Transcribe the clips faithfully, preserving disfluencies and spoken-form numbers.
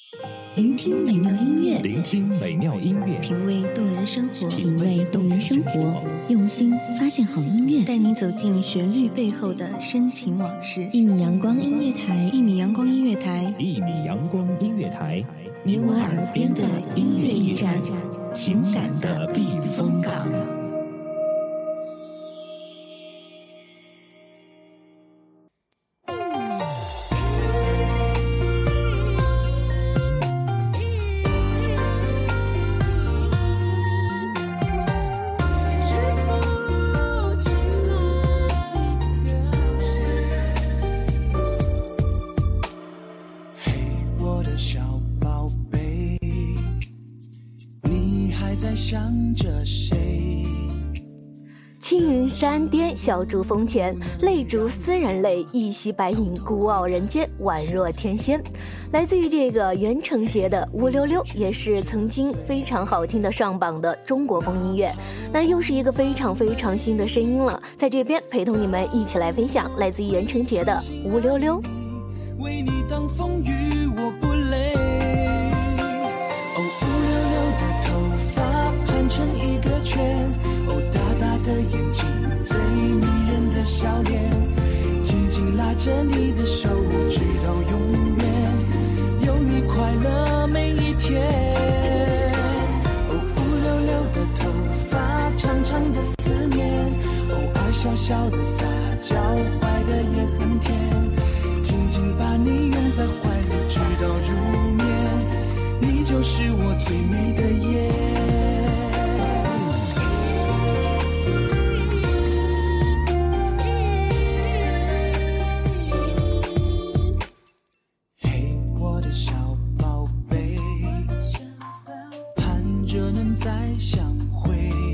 聆听美妙音乐， 聆听美妙音乐， 品味动人生活， 品味动人生活，用心发现好音乐， 带你走进旋律背后的深情往事。 一米阳光音乐台， 一米阳光音乐台， 一米阳光音乐台， 你我耳边的音乐驿站，情感的避风港。 青云山巅，小竹峰前，泪逐斯人泪，一袭白银，孤傲人间，宛若天仙。来自于这个袁成杰的乌溜溜，也是曾经非常好听的上榜的中国风音乐。那又是一个非常非常新的声音了，在这边陪同你们一起来分享来自于袁成杰的乌溜溜。 为你挡风雨我不累，哦，乌溜溜的头发盘成一个圈，哦，大大的眼睛，最迷人的笑脸，紧紧拉着你的手，直到永远，有你快乐每一天。哦，乌溜溜的头发，长长的思念，偶尔小小的撒娇，坏的也很甜，紧紧把你拥在怀里，直到入眠，你就是我最美的夜。嘿，我的小宝贝，盼着能再相会。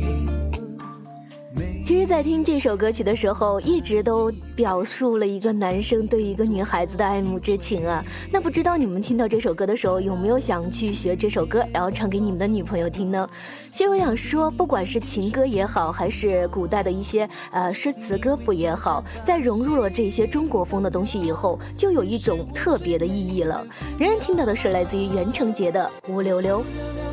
其实在听这首歌曲的时候，一直都表述了一个男生对一个女孩子的爱慕之情啊。那不知道你们听到这首歌的时候，有没有想去学这首歌，然后唱给你们的女朋友听呢？所以我想说，不管是情歌也好，还是古代的一些呃诗词歌赋也好，在融入了这些中国风的东西以后，就有一种特别的意义了。人人听到的是来自于袁成杰的乌溜溜。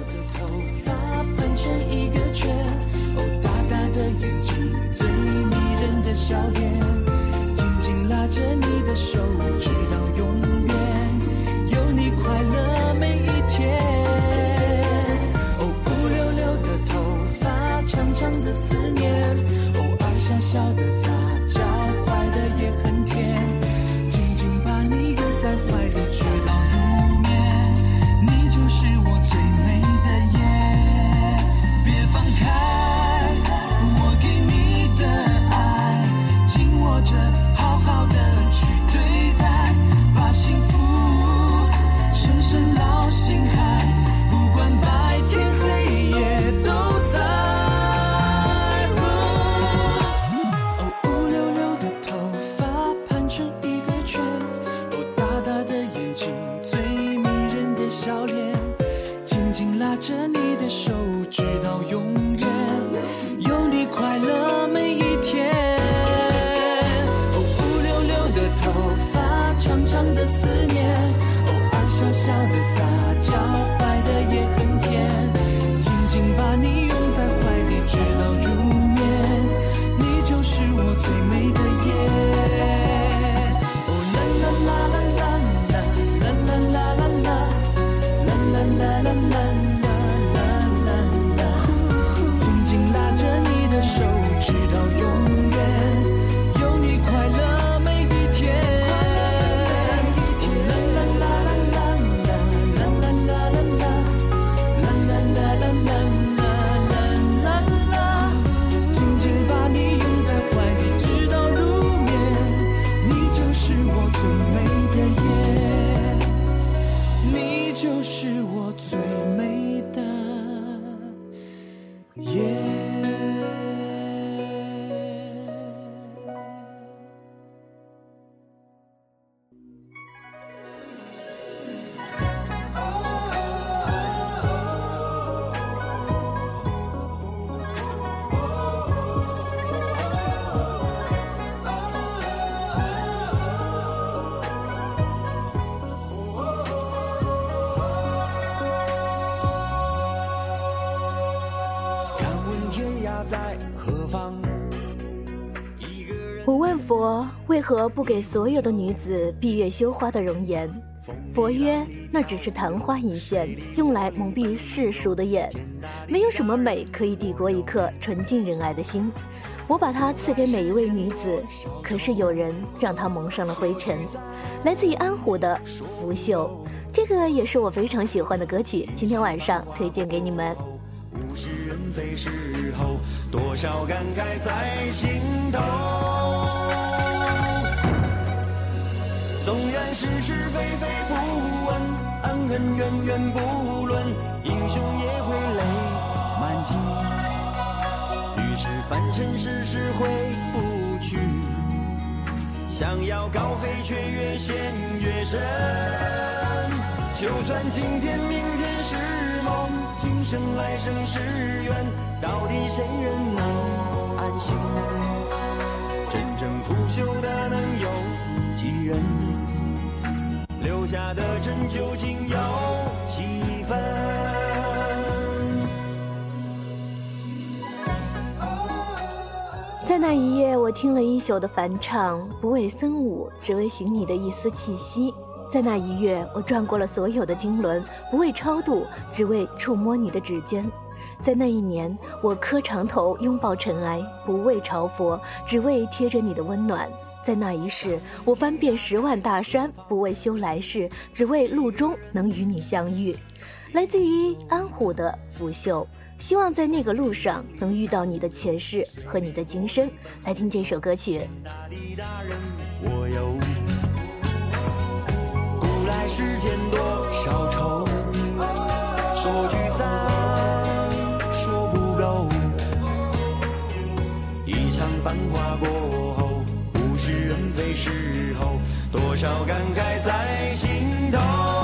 最迷人的笑脸，紧紧拉着你的手，直到永远，有你快乐每一天。哦，乌溜溜的头发，长长的思念，偶尔小小的撒娇，坏的也很甜，紧紧把你拥在怀里，直到入眠，你就是我最美的夜。别放开好好的去对待，把幸福深深烙心海，不管白天黑夜都在。哦，乌溜溜的头发盘成一个圈，哦，大大的眼睛，最迷人的笑脸，紧紧拉着你的手，直到永远，有你快乐每一天。头发长长的思念，偶尔小小的撒娇，坏的也很甜，紧紧把你拥在怀里，直到入眠，你就是我最美的夜。哦，啦啦啦啦啦啦啦啦啦啦啦啦啦啦啦啦，紧紧拉着你的手，直到永远，有你快乐。就是我最美的夜。 我问佛，为何不给所有的女子闭月羞花的容颜？佛曰，那只是昙花一现，用来蒙蔽世俗的眼，没有什么美可以抵过一颗纯净仁爱的心。我把它赐给每一位女子，可是有人让它蒙上了灰尘。来自于安虎的《拂袖》，这个也是我非常喜欢的歌曲，今天晚上推荐给你们。 物是人非时候，多少感慨在心头。纵然是是非非不问，恩恩怨怨不论，英雄也会泪满襟。于是凡尘世事回不去，想要高飞却越陷越深。就算今天明天是梦，今生来生是缘，到底谁人能安心？真正腐朽的能有几人？留下的真究竟有几分？ 在那一夜，我听了一宿的梵唱，不为僧舞，只为寻你的一丝气息。在那一月，我转过了所有的经轮，不为超度，只为触摸你的指尖。在那一年，我磕长头拥抱尘埃，不为朝佛，只为贴着你的温暖。在那一世，我翻遍十万大山，不为修来世，只为路中能与你相遇。来自于安虎的《拂袖》，希望在那个路上能遇到你的前世和你的今生。来听这首歌曲。 大地大人我有，古来世间多少愁，说聚散说不够，一场繁华过后，物是人非时候，多少感慨在心头。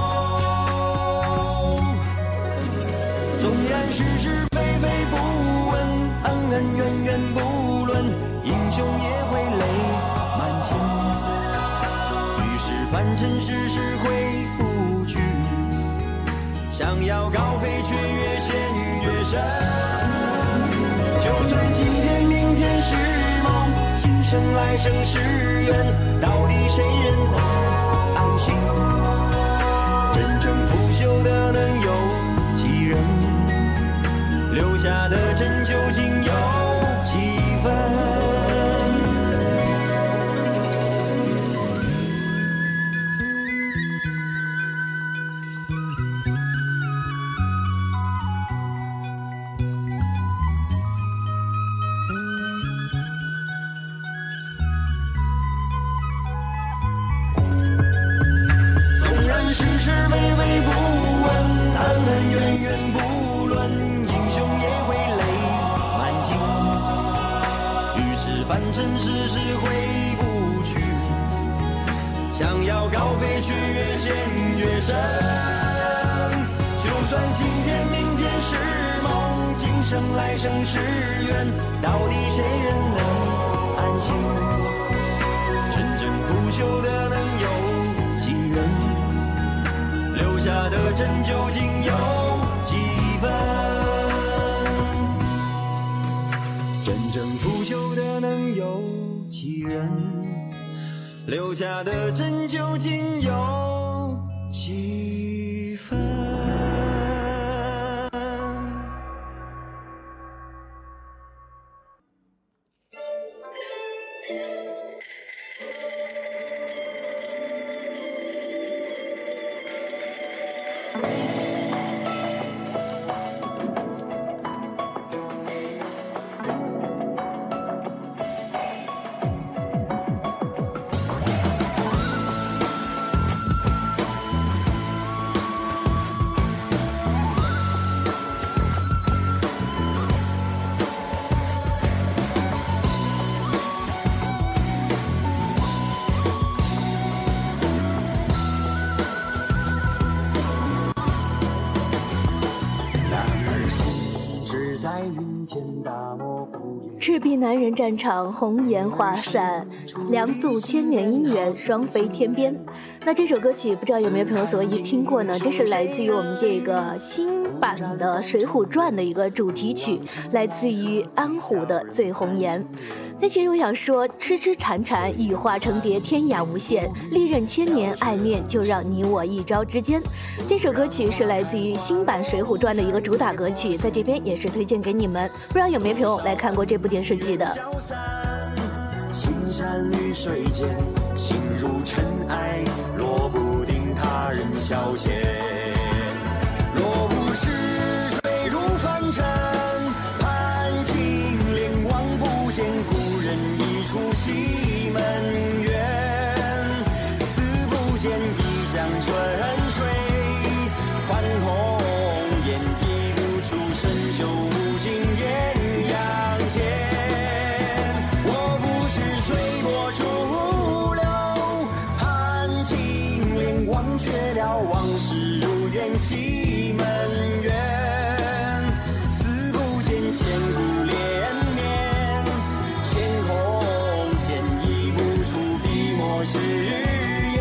纵然是是非非不问，恩恩怨怨不论，英雄也会泪满襟。于是凡尘世事回不去，想要高飞却越陷越深。就算今天明天是梦，今生来生是缘，到底谁人能安心？真正腐朽的能有几人？留下的真究竟有几分？纵然是是非非不问，恩恩怨怨不论，英雄也会泪满襟。于是凡尘世事回不去，想要高飞却越陷越深。就算今天明天是梦，今生来生是缘，到底谁人能安心？真正腐朽的能有几人？留下的真究竟有几分？真正腐朽的能有几人？留下的真究竟有几分？ 赤壁男人战场，红颜画扇，两组千年姻缘，双飞天边。那这首歌曲不知道有没有朋友所听过呢？这是来自于我们这个新版的《水浒传》的一个主题曲，来自于安虎的《醉红颜》。 那其实我想说，痴痴缠缠，羽化成蝶，天涯无限，历任千年，爱恋就让你我一朝之间。这首歌曲是来自于新版《水浒传》的一个主打歌曲，在这边也是推荐给你们。不知道有没有朋友来看过这部电视剧的？ 青山绿水间，情如尘埃，落不定他人消遣。若不是水如凡尘，盼青莲望不见，故人一出西门远。似不见一江春水，换红颜，一不出深秋无尽艳阳天。我不是随波逐流，盼青莲忘却了往事如烟，西门远。似不见千古连绵，牵红线，一不出笔墨纸砚。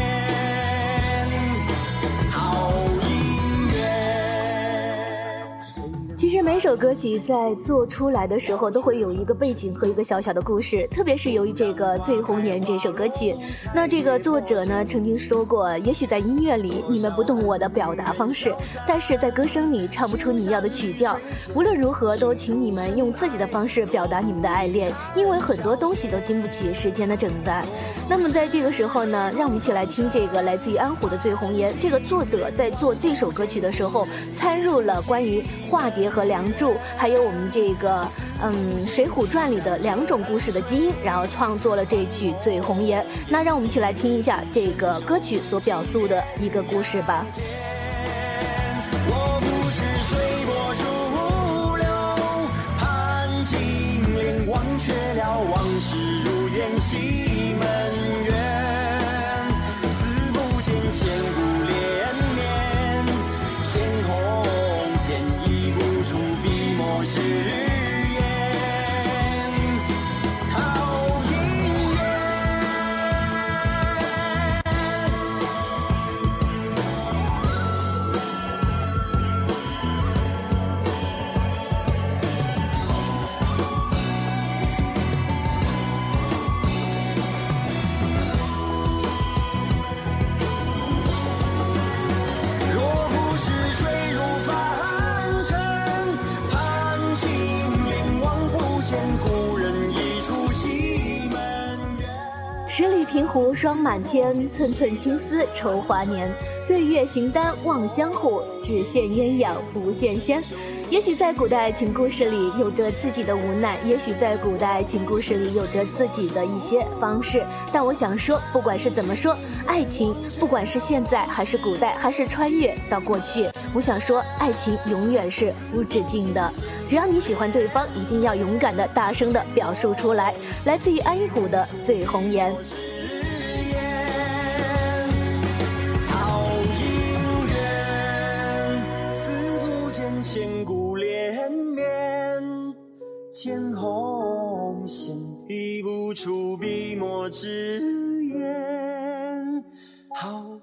好姻缘。 其实每首歌曲在做出来的时候都会有一个背景和一个小小的故事，特别是由于这个《醉红颜》这首歌曲，那这个作者呢曾经说过，也许在音乐里你们不懂我的表达方式，但是在歌声里唱不出你要的曲调，无论如何都请你们用自己的方式表达你们的爱恋，因为很多东西都经不起时间的整待。那么在这个时候呢，让我们一起来听这个来自于安虎的《醉红颜》。这个作者在做这首歌曲的时候参入了关于化蝶和梁祝，还有我们这个嗯《水浒传》里的两种故事的基因，然后创作了这曲《醉红颜》。那让我们一起来听一下这个歌曲所表述的一个故事吧。 我不是随波逐流，盼青莲忘却了往事如烟，西门远。似不见千古连绵，牵红线，一不出笔墨纸砚。好姻缘。若不是水如凡尘，盼青莲望不见，故人一出西门远。 十里平湖霜满天，寸寸青丝愁华年。对月行单望相护，只羡鸳鸯不羡仙。也许在古代爱情故事里有着自己的无奈，也许在古代爱情故事里有着自己的一些方式，但我想说，不管是怎么说，爱情不管是现在还是古代还是穿越到过去，我想说爱情永远是无止境的。只要你喜欢对方，一定要勇敢的大声的表述出来。来自于安虎的《醉红颜》。 千古连绵，牵红线，一不出笔墨纸砚。好